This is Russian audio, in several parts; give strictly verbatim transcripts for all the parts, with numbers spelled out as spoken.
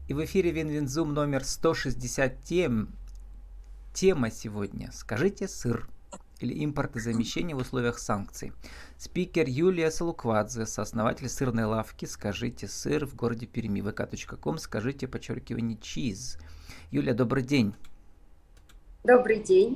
И в эфире Винвинзум номер сто шестьдесят семь. Тема сегодня «Скажите сыр» или импортозамещение в условиях санкций. Спикер Юлия Салуквадзе, сооснователь сырной лавки «Скажите сыр» в городе Перми. вэ ка точка ком, скажите, подчеркивание, чиз. Юлия, добрый день. Добрый день.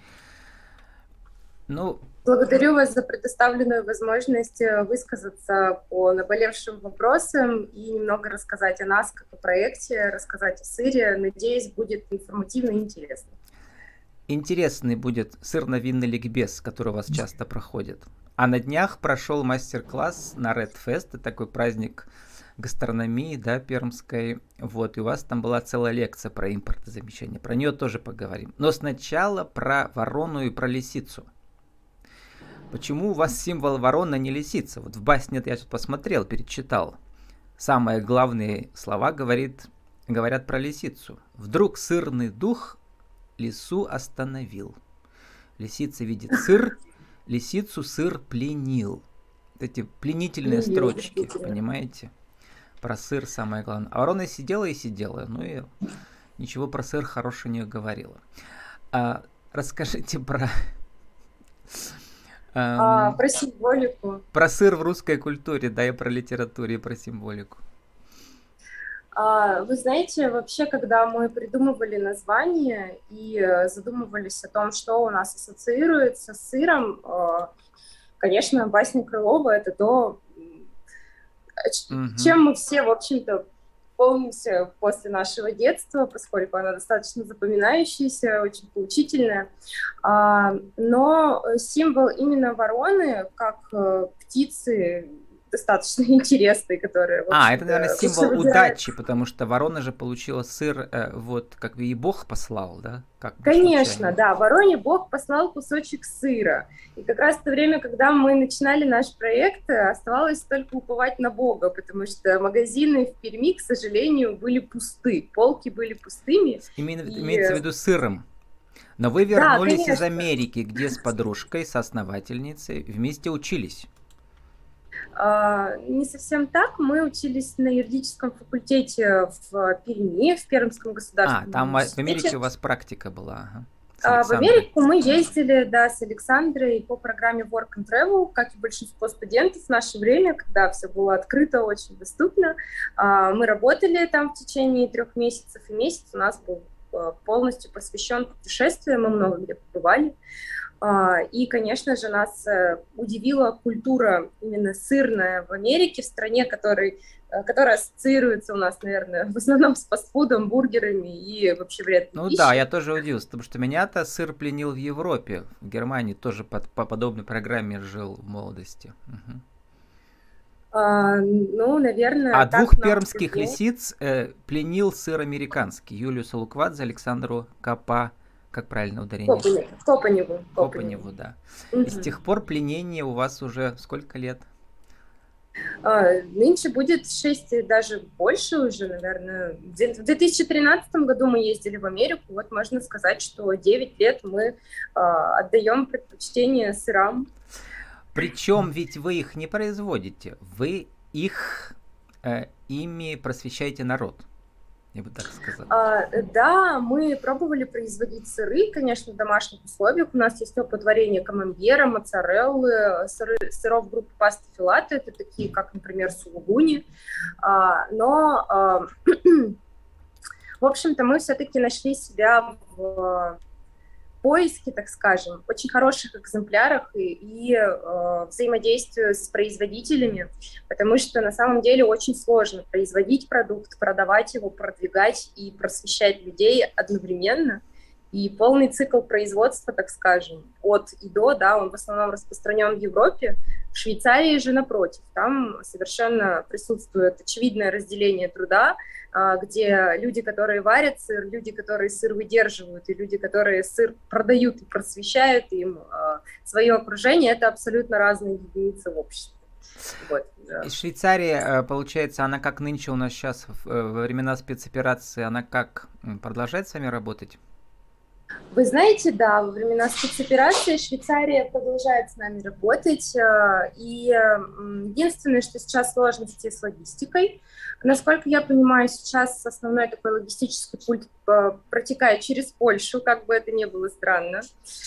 Ну, Благодарю вас за предоставленную возможность высказаться по наболевшим вопросам и немного рассказать о нас, как о проекте, рассказать о сыре. Надеюсь, будет информативно и интересно. Интересный будет сырно-винный ликбез, который у вас часто проходит. А на днях прошел мастер-класс на Red Fest, это такой праздник гастрономии, да, пермской. Вот, и у вас там была целая лекция про импортозамещение. Про нее тоже поговорим. Но сначала про ворону и про лисицу. Почему у вас символ ворона, не лисица? Вот в басне я тут посмотрел, перечитал. Самые главные слова говорит, говорят про лисицу. Вдруг сырный дух лису остановил. Лисица видит сыр, лисицу сыр пленил. Вот эти пленительные строчки, понимаете? Про сыр самое главное. А ворона сидела и сидела, ну и ничего про сыр хорошего не говорила. А, расскажите про... А, про символику. Про сыр в русской культуре, да, и про литературу, и про символику. А, вы знаете, вообще, когда мы придумывали название и задумывались о том, что у нас ассоциируется с сыром, конечно, басня Крылова — это то, угу. чем мы все, в общем-то, помнимся после нашего детства, поскольку она достаточно запоминающаяся, очень поучительная. Но символ именно вороны, как птицы, достаточно интересный, который... А, это, наверное, символ удачи, потому что ворона же получила сыр, э, вот, как и Бог послал, да? Как Конечно, случайно. Да, вороне Бог послал кусочек сыра. И как раз в то время, когда мы начинали наш проект, оставалось только уповать на Бога, потому что магазины в Перми, к сожалению, были пусты, полки были пустыми. Именно, и... Имеется в виду сыром. Но вы вернулись да, из Америки, где с подружкой, с основательницей вместе учились. Uh, не совсем так. Мы учились на юридическом факультете в Перми, в Пермском государственном А, там университете. в Америке у вас практика была. Ага. Uh, в Америку мы ездили, да, с Александрой по программе Work and Travel, как и большинство студентов в наше время, когда все было открыто, очень доступно. Uh, мы работали там в течение трех месяцев, и месяц у нас был полностью посвящен путешествиям, мы много где побывали. И, конечно же, нас удивила культура именно сырная в Америке, в стране, который, которая ассоциируется у нас, наверное, в основном с фастфудом, бургерами и вообще вредной Ну пищей. да, я тоже удивился, потому что меня-то сыр пленил в Европе, в Германии тоже по, по подобной программе жил в молодости. Угу. А, ну, наверное... А так двух пермских нам... лисиц э, пленил сыр американский. Юлию Салуквадзе, Александру Копа. Как правильно ударение? Копаневу. Копаневу, Копаневу, да. Угу. И с тех пор пленение у вас уже сколько лет? А, нынче будет шесть, даже больше уже, наверное. В две тысячи тринадцатом году мы ездили в Америку. Вот можно сказать, что девять лет мы а, отдаем предпочтение сырам. Причем ведь вы их не производите, вы их э, ими просвещаете народ. Я бы так сказала. А, да, мы пробовали производить сыры, конечно, в домашних условиях. У нас есть опыт варенья камамбера, моцареллы, сыры, сыров группы паста филата, это такие, как, например, сулугуни. А, но, а, в общем-то, мы все-таки нашли себя в поиске, так скажем, очень хороших экземплярах и, и э, взаимодействию с производителями, потому что на самом деле очень сложно производить продукт, продавать его, продвигать и просвещать людей одновременно. И полный цикл производства, так скажем, от и до, да, он в основном распространен в Европе. В Швейцарии же, напротив, там совершенно присутствует очевидное разделение труда, где люди, которые варят сыр, люди, которые сыр выдерживают, и люди, которые сыр продают и просвещают им свое окружение, это абсолютно разные единицы в обществе. Вот, да. И Швейцария, получается, она как нынче у нас сейчас во времена спецоперации, она как продолжает с вами работать? Вы знаете, да, во времена спецоперации Швейцария продолжает с нами работать, э, и м, единственное, что сейчас сложности с логистикой. Насколько я понимаю, сейчас основной такой логистический путь э, протекает через Польшу, как бы это ни было странно.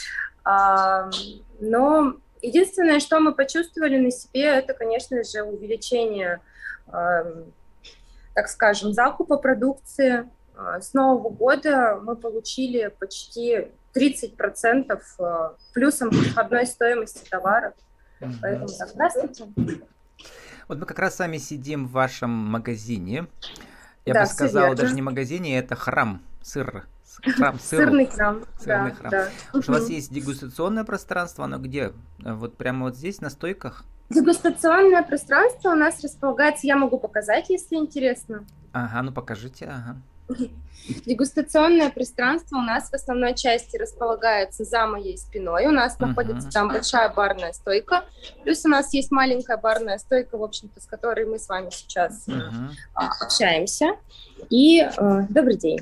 А, Но единственное, что мы почувствовали на себе, это, конечно же, увеличение, э, так скажем, закупа продукции. А, С Нового года мы получили почти тридцать процентов э, плюсом к входной стоимости товаров. Мгм. Поэтому так, здравствуйте. Вот мы как раз с вами сидим в вашем магазине. Я бы Да, все сказал, даже верно. не магазине, это храм, сыр, с- храм сыру, Сырный крам, сырный да, храм. да. Потому что у вас Мгм. есть дегустационное пространство, оно где? Э, Вот прямо вот здесь, на стойках? Дегустационное пространство у нас располагается, я могу показать, если интересно. Ага, ну покажите, ага. Дегустационное пространство у нас в основной части располагается за моей спиной. У нас находится Мгм. там большая барная стойка. Плюс у нас есть маленькая барная стойка, в общем-то, с которой мы с вами сейчас э, Мгм. а, общаемся. И э, добрый день.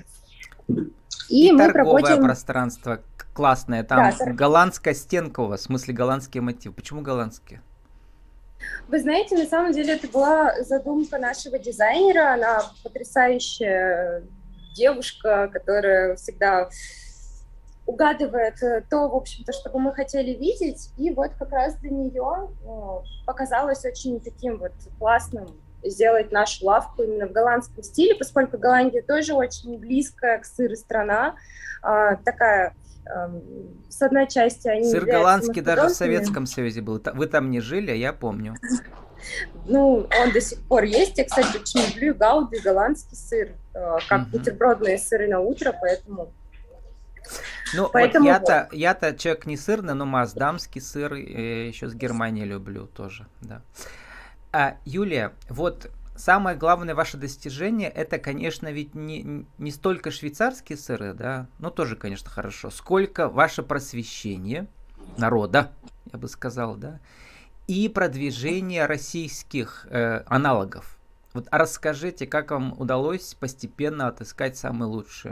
И И мы торговое проводим... пространство к- классное. Да, Там тор- голландская стенка у вас, в смысле голландские мотивы. Почему голландские? вы знаете, на самом деле это была задумка нашего дизайнера. Она потрясающая девушка, которая всегда угадывает э, то, в общем-то, что бы мы хотели видеть. И вот как раз для нее э, показалось очень таким вот классным сделать нашу лавку именно в голландском стиле, поскольку Голландия тоже очень близкая к сыру страна, а, такая, эм, с одной части они Сыр являются голландский даже в мастодонтами, Советском Союзе был. Та- Вы там не жили, а я помню. ну, он до сих пор есть. Я, кстати, очень люблю гауди, и голландский сыр, э, как Мгм. бутербродные сыры на утро, поэтому, Ну, вот поэтому вот. я-то, я-то человек не сырный, но маасдамский сыр э, еще с Германии люблю тоже, да. А, Юлия, вот самое главное ваше достижение, это, конечно, ведь не, не столько швейцарские сыры, да, ну тоже, конечно, хорошо, сколько ваше просвещение народа, я бы сказал, да, и продвижение российских э, аналогов. Вот а расскажите, как вам удалось постепенно отыскать самые лучшие?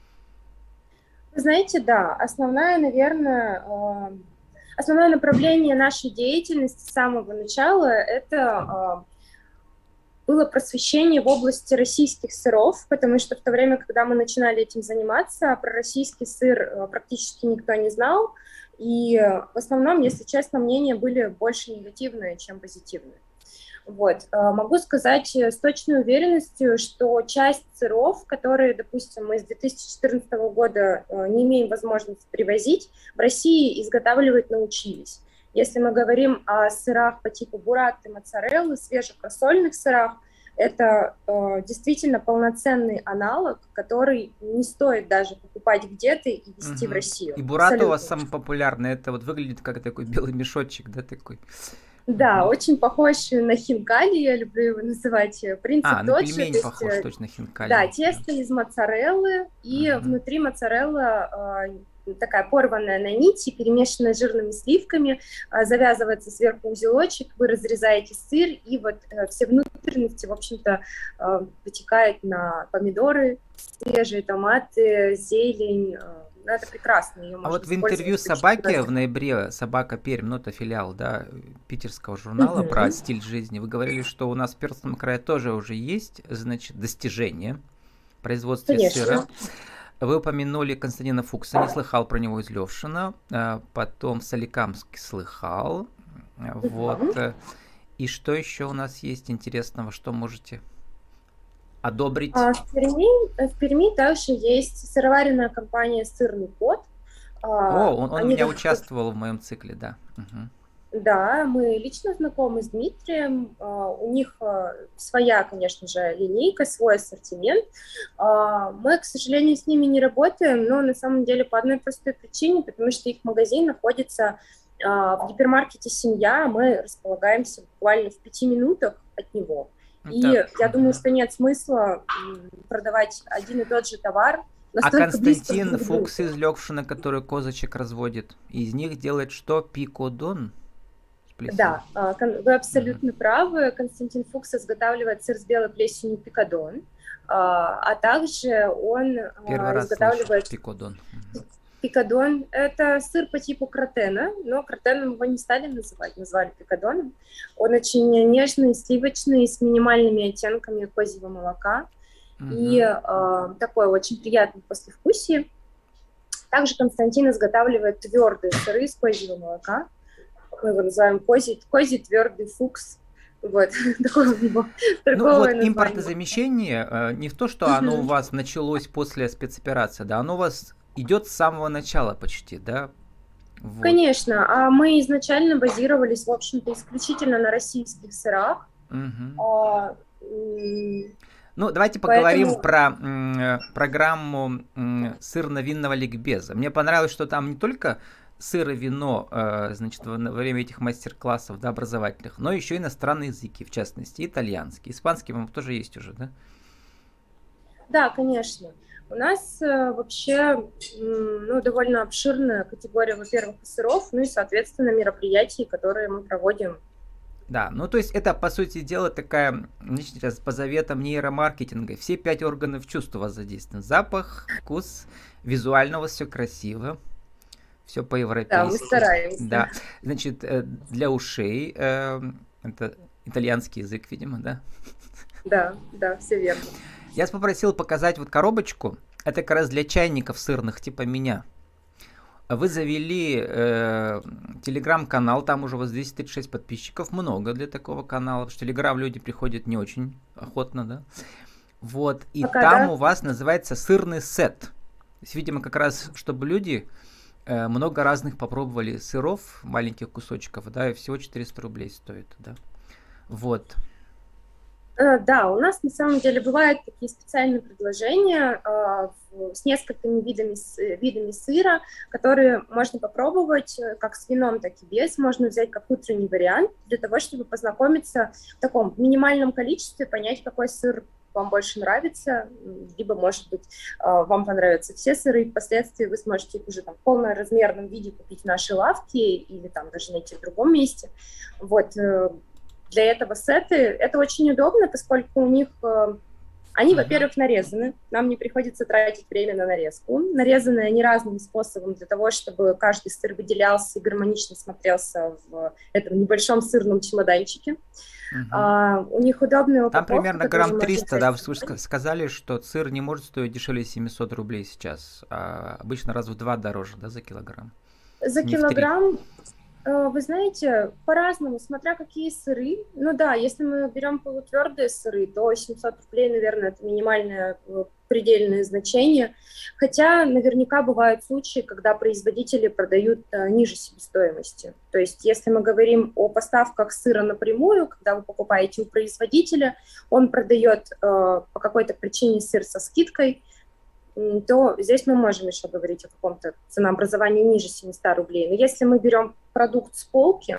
Вы знаете, да, основная, наверное, э, основное направление нашей деятельности с самого начала – это э, было просвещение в области российских сыров, потому что в то время, когда мы начинали этим заниматься, про российский сыр э, практически никто не знал, и э, в основном, если честно, мнения были больше негативные, чем позитивные. Вот. Э, Могу сказать э, с точной уверенностью, что часть сыров, которые, допустим, мы с две тысячи четырнадцатого года э, не имеем возможности привозить, в России изготавливать научились. Если мы говорим о сырах по типу бураты, моцареллы, свежих рассольных сырах, это э, действительно полноценный аналог, который не стоит даже покупать где-то и везти в Мгм. Россию. И бурата у вас Абсолютно. самый популярный, это вот выглядит как такой белый мешочек, да, такой. Да, Мгм. очень похож на хинкали, я люблю его называть. А, Принцип на тот же, пельмень то есть, похож, э, точно, да, хинкали. Да. тесто из моцареллы, и Мгм. внутри моцарелла э, такая порванная на нити, перемешанная с жирными сливками, э, завязывается сверху узелочек, вы разрезаете сыр, и вот э, все внутренности, в общем-то, э, вытекают на помидоры, свежие томаты, зелень. э, ну, это прекрасно, ее А можно вот в использовать интервью почти на собаке в всё. ноябре, собака Пермь, ну это филиал, да, питерского журнала про Мгм. стиль жизни, вы говорили, что у нас в Пермском крае тоже уже есть, значит, достижения в производстве сыра. Конечно. Вы упомянули Константина Фукса, не слыхал про него из Левшина, а потом Соликамск слыхал, Мгм. вот. э, И что еще у нас есть интересного, что можете одобрить? А в Перми, э, в Перми также есть сыроваренная компания «Сырный кот». О, А, он, он у Они, меня дос- участвовал в моем цикле, да. Мгм. да, мы лично знакомы с Дмитрием. А, У них а, своя, конечно же, линейка, свой ассортимент. А, Мы, к сожалению, с ними не работаем, но на самом деле по одной простой причине, потому что их магазин находится а, в гипермаркете «Семья», а мы располагаемся буквально в пяти минутах от него. Это, И я думаю, мгм. что нет смысла м, продавать один и тот же товар А настолько близко Константин друг к другу. Фукс из Левшина, который козочек разводит, из них делает что? Пикодон с плесенью. Да, а, кон- вы Мгм. абсолютно правы. Константин Фукс изготавливает сыр с белой плесенью пикадон, а а также он Первый а, раз слышу изготавливает пикодон. Мгм. Пикадон — это сыр по типу кратена, но кратеном его не стали называть, назвали пикадоном. Он очень нежный, сливочный, с минимальными оттенками козьего молока Угу. и э, такой очень приятный послевкусие. Также Константин изготавливает твердые сыры из козьего молока. Мы его называем козий, козий твердый фукс. Вот, такое у него торговое Ну вот название. импортозамещение э, не в то, что оно у вас началось после спецоперации, да, оно у вас идет с самого начала почти, да? Вот. Конечно, а мы изначально базировались, в общем-то, исключительно на российских сырах. Угу. А, м, Ну, давайте поговорим поэтому- про м, программу м, сырно-винного ликбеза. Мне понравилось, что там не только сыр и вино, э, значит, во во время этих мастер-классов, да, образовательных, но еще иностранные языки, в частности, итальянский. Испанский, по-моему, тоже есть уже, да? Да, конечно. У нас э, вообще м, ну, довольно обширная категория, во-первых, сыров, ну и, соответственно, мероприятий, которые мы проводим. Да, ну то есть это, по сути дела, такая, значит, сейчас по заветам нейромаркетинга, все пять органов чувств у вас задействованы. Запах, вкус, визуально у вас все красиво, все по-европейски. Да, мы стараемся. Да, значит, э, для ушей, э, это итальянский язык, видимо, да? Да, да, все верно. Я вас попросил показать вот коробочку, это как раз для чайников сырных, типа меня. Вы завели э, телеграм-канал, там уже у вас двести тридцать шесть подписчиков, много для такого канала, потому что телеграм люди приходят не очень охотно, да. Вот, и Пока, там да. у вас называется сырный сет. То есть, видимо, как раз, чтобы люди э, много разных попробовали сыров, маленьких кусочков, да, и всего четыреста рублей стоит, да. Вот. Э, Да, у нас на самом деле бывают такие специальные предложения э, в- с несколькими видами, с- видами сыра, которые можно попробовать э, как с вином, так и без. Можно взять как утренний вариант для того, чтобы познакомиться в таком минимальном количестве, понять, какой сыр вам больше нравится, м, либо, может быть, э, вам понравятся все сыры, и впоследствии вы сможете их уже там, в полноразмерном виде купить в нашей лавке или там даже найти в другом месте. Вот. э, Для этого сеты, это очень удобно, поскольку у них, э, они, Мгм. во-первых, нарезаны, нам не приходится тратить время на нарезку. Нарезаны они разным способом для того, чтобы каждый сыр выделялся и гармонично смотрелся в этом небольшом сырном чемоданчике. Мгм. А, у них удобная упаковка, Там примерно которую грамм можно триста, взять да, с вы собой. ска- сказали, что сыр не может стоить дешевле семисот рублей сейчас, а обычно раз в два дороже, да, за килограмм, За не в три. килограмм, э, вы знаете, по-разному, смотря какие сыры. Ну да, если мы берем полутвердые сыры, то семьсот рублей, наверное, это минимальное э, предельное значение. Хотя наверняка бывают случаи, когда производители продают э, ниже себестоимости. То есть если мы говорим о поставках сыра напрямую, когда вы покупаете у производителя, он продает э, по какой-то причине сыр со скидкой, м, то здесь мы можем еще говорить о каком-то ценообразовании ниже семисот рублей. Но если мы берем продукт с полки,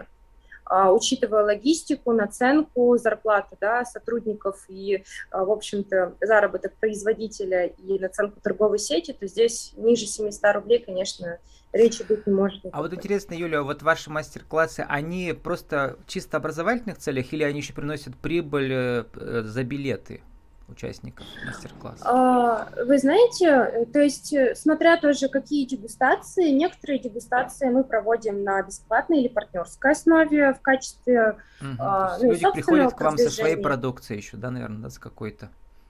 а, учитывая логистику, наценку, зарплату, да, сотрудников и, а, в общем-то, заработок производителя и наценку торговой сети, то здесь ниже семисот рублей, конечно, речи быть не может А вот никакой. интересно, Юля, вот ваши мастер-классы, они просто чисто образовательных целях или они еще приносят прибыль э, э, за билеты участников мастер-класса? А, Вы знаете, э, то есть, э, смотря тоже какие дегустации, некоторые дегустации мы проводим на бесплатной или партнерской основе в качестве, Мгм. То а, есть ну, и люди собственного приходят к вам со своей продвижения. продукцией еще, да, наверное, да, с какой-то.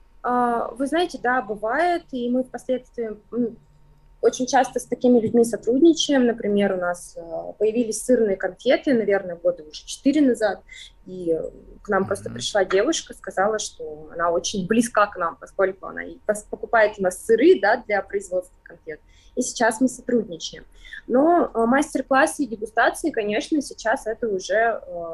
А, Вы знаете, да, бывает, и мы впоследствии м, очень часто с такими людьми сотрудничаем. Например, у нас э, появились сырные конфеты, наверное, года уже четыре назад, и э, к нам просто Мгм. пришла девушка, сказала, что она очень близка к нам, поскольку она и пос- покупает у нас сыры, да, для производства конфет. И сейчас мы сотрудничаем. Но э, мастер-классы и дегустации, конечно, сейчас это уже э,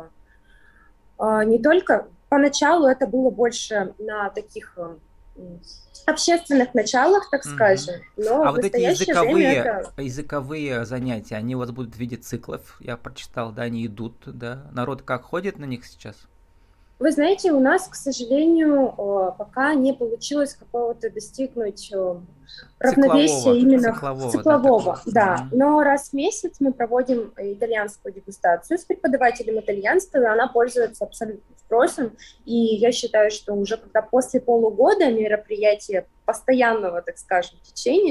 э, не только... Поначалу это было больше на таких э, м, общественных началах, так Мгм. скажем, но А в вот эти настоящее время языковые, это... языковые занятия, они у вас будут в виде циклов, я прочитал, да, они идут, да. Народ как ходит на них сейчас? Вы знаете, у нас, к сожалению, э, пока не получилось какого-то достигнуть э, равновесия Циклового, именно в- циклового, да, циклового, такого. да. Мгм. Но раз в месяц мы проводим итальянскую дегустацию с преподавателем итальянского, и она пользуется абсолютным спросом. И я считаю, что уже когда после полугода мероприятия постоянного, так скажем, течения,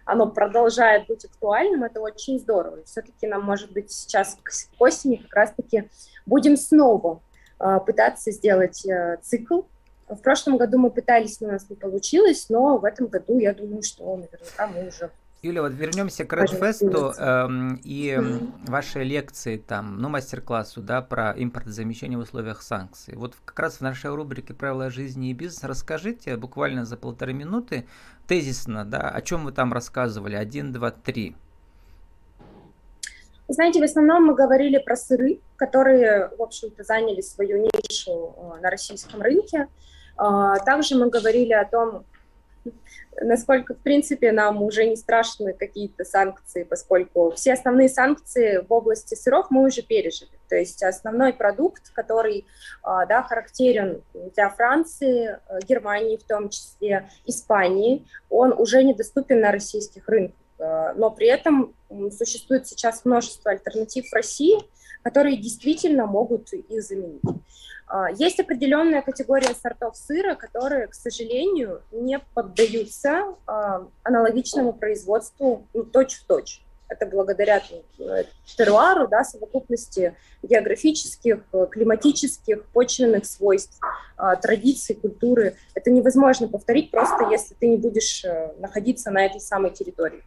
оно продолжает быть актуальным, это очень здорово. Все-таки нам, может быть, сейчас к осени как раз-таки будем снова э, пытаться сделать э, цикл. В прошлом году мы пытались, но у нас не получилось, но в этом году, я думаю, что наверняка мы уже... Юля, вот вернемся к Редфесту эм, и mm-hmm. вашей лекции, там, ну, мастер-классу, да, про импортозамещение в условиях санкций. Вот как раз в нашей рубрике «Правила жизни и бизнеса» расскажите буквально за полторы минуты тезисно, да, о чем вы там рассказывали, один, два, три. Знаете, в основном мы говорили про сыры, которые, в общем-то, заняли свою нишу на российском рынке. Также мы говорили о том, насколько, в принципе, нам уже не страшны какие-то санкции, поскольку все основные санкции в области сыров мы уже пережили. То есть основной продукт, который, да, характерен для Франции, Германии в том числе, Испании, он уже недоступен на российских рынках. Но при этом существует сейчас множество альтернатив в России, которые действительно могут их заменить. Есть определенная категория сортов сыра, которые, к сожалению, не поддаются аналогичному производству, ну, точь-в-точь. Это благодаря теруару, да, совокупности географических, климатических, почвенных свойств, традиций, культуры. Это невозможно повторить, просто если ты не будешь находиться на этой самой территории.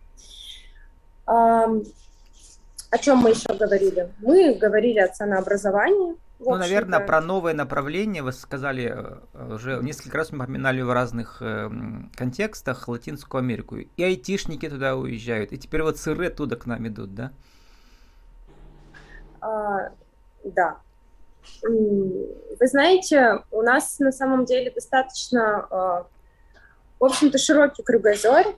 О чем мы еще говорили? Мы говорили о ценообразовании. Ну, наверное, про новые направления вы сказали, уже несколько раз мы упоминали в разных э, контекстах Латинскую Америку. И айтишники туда уезжают, и теперь вот сыры оттуда к нам идут, да? А, да. Вы знаете, у нас на самом деле достаточно, в общем-то, широкий кругозор.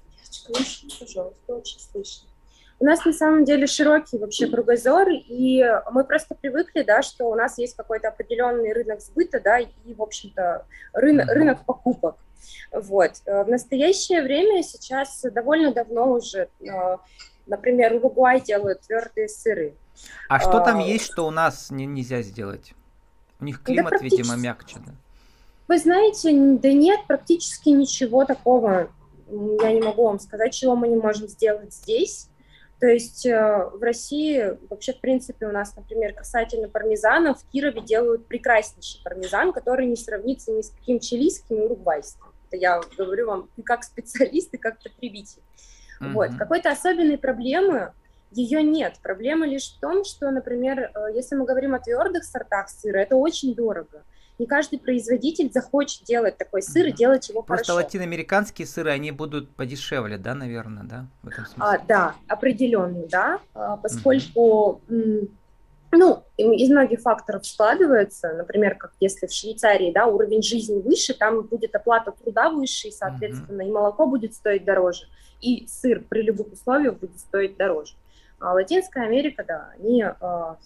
Пожалуйста, очень слышно. У нас на самом деле широкий вообще кругозор, и мы просто привыкли, да, что у нас есть какой-то определенный рынок сбыта, да, и, в общем-то, рынок, рынок покупок. Вот. В настоящее время сейчас довольно давно уже, например, Уругвай делают твердые сыры. А что там есть, что у нас не, нельзя сделать? У них климат, да, видимо, мягче, да? Вы знаете, да нет, практически ничего такого, я не могу вам сказать, чего мы не можем сделать здесь. То есть э, в России вообще, в принципе, у нас, например, касательно пармезана, в Кирове делают прекраснейший пармезан, который не сравнится ни с каким чилийским и уругвайским. Это я говорю вам и как специалист, и как потребитель. Mm-hmm. Вот. Какой-то особенной проблемы ее нет. Проблема лишь в том, что, например, э, если мы говорим о твердых сортах сыра, это очень дорого. Не каждый производитель захочет делать такой сыр и делать его Просто хорошо. Просто латиноамериканские сыры, они будут подешевле, да, наверное, да? В этом смысле. А, да, определенно, да, поскольку, mm-hmm. ну, из многих факторов складывается, например, как если в Швейцарии, да, уровень жизни выше, там будет оплата труда выше, и, соответственно, mm-hmm. и молоко будет стоить дороже, и сыр при любых условиях будет стоить дороже. А Латинская Америка, да, они а,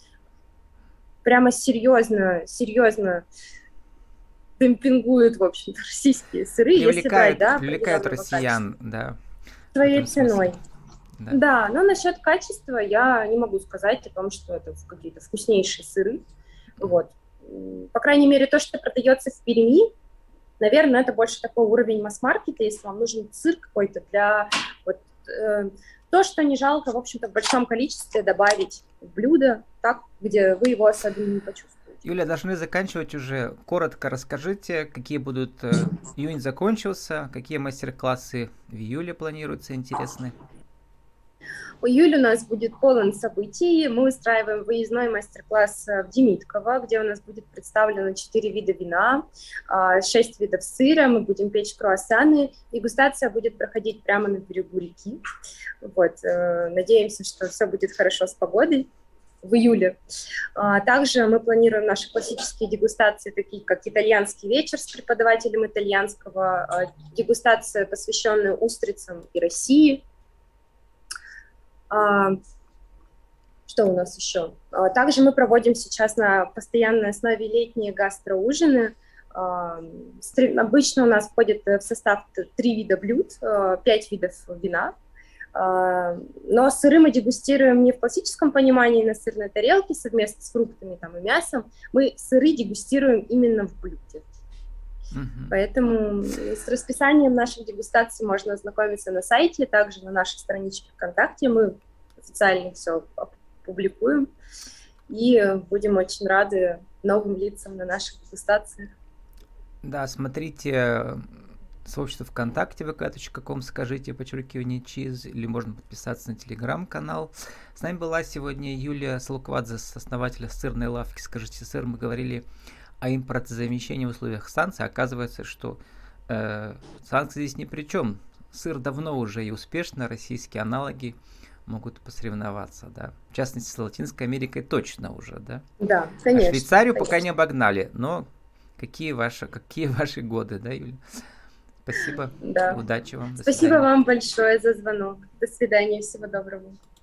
прямо серьезно, серьезно демпингуют, в общем-то, российские сыры. Привлекают, если брать, да, привлекают россиян, да. Своей ценой. Да. да, но насчет качества я не могу сказать о том, что это какие-то вкуснейшие сыры. Вот. По крайней мере, то, что продается в Перми, наверное, это больше такой уровень масс-маркета, если вам нужен сыр какой-то для... Вот, э, то, что не жалко, в общем-то, в большом количестве добавить в блюдо, так, где вы его особенно не почувствуете. Юля, должны заканчивать уже. Коротко расскажите, какие будут... Июнь закончился, какие мастер-классы в июле планируются интересные? В июле у нас будет полон событий. Мы устраиваем выездной мастер-класс в Демидково, где у нас будет представлено четыре вида вина, шесть видов сыра, мы будем печь круассаны. Дегустация будет проходить прямо на берегу реки. Вот. Надеемся, что все будет хорошо с погодой в июле. Также мы планируем наши классические дегустации, такие как итальянский вечер с преподавателем итальянского, дегустация, посвященная устрицам и России. Что у нас еще? Также мы проводим сейчас на постоянной основе летние гастроужины. Обычно у нас входит в состав три вида блюд, пять видов вина. Но сыры мы дегустируем не в классическом понимании на сырной тарелке совместно с фруктами там, и мясом. Мы сыры дегустируем именно в блюде. Мгм. Поэтому с расписанием наших дегустаций можно ознакомиться на сайте, также на нашей страничке ВКонтакте. Мы официально все публикуем и будем очень рады новым лицам на наших дегустациях. Да, смотрите сообщество ВКонтакте вэ ка точка ком, скажите, подчеркивание чиз, или можно подписаться на телеграм-канал. С нами была сегодня Юлия Салуквадзе, основатель сырной лавки «Скажите сыр». Мы говорили о импортозамещении в условиях санкций. Оказывается, что э, санкции здесь ни при чем. Сыр давно уже и успешно, российские аналоги могут посоревноваться, да. В частности, с Латинской Америкой точно уже, да. Да, конечно. А Швейцарию конечно. пока не обогнали, но какие ваши, какие ваши годы, да, Юля? Спасибо, Да. удачи вам. До Спасибо свидания. вам большое за звонок. До свидания, всего доброго.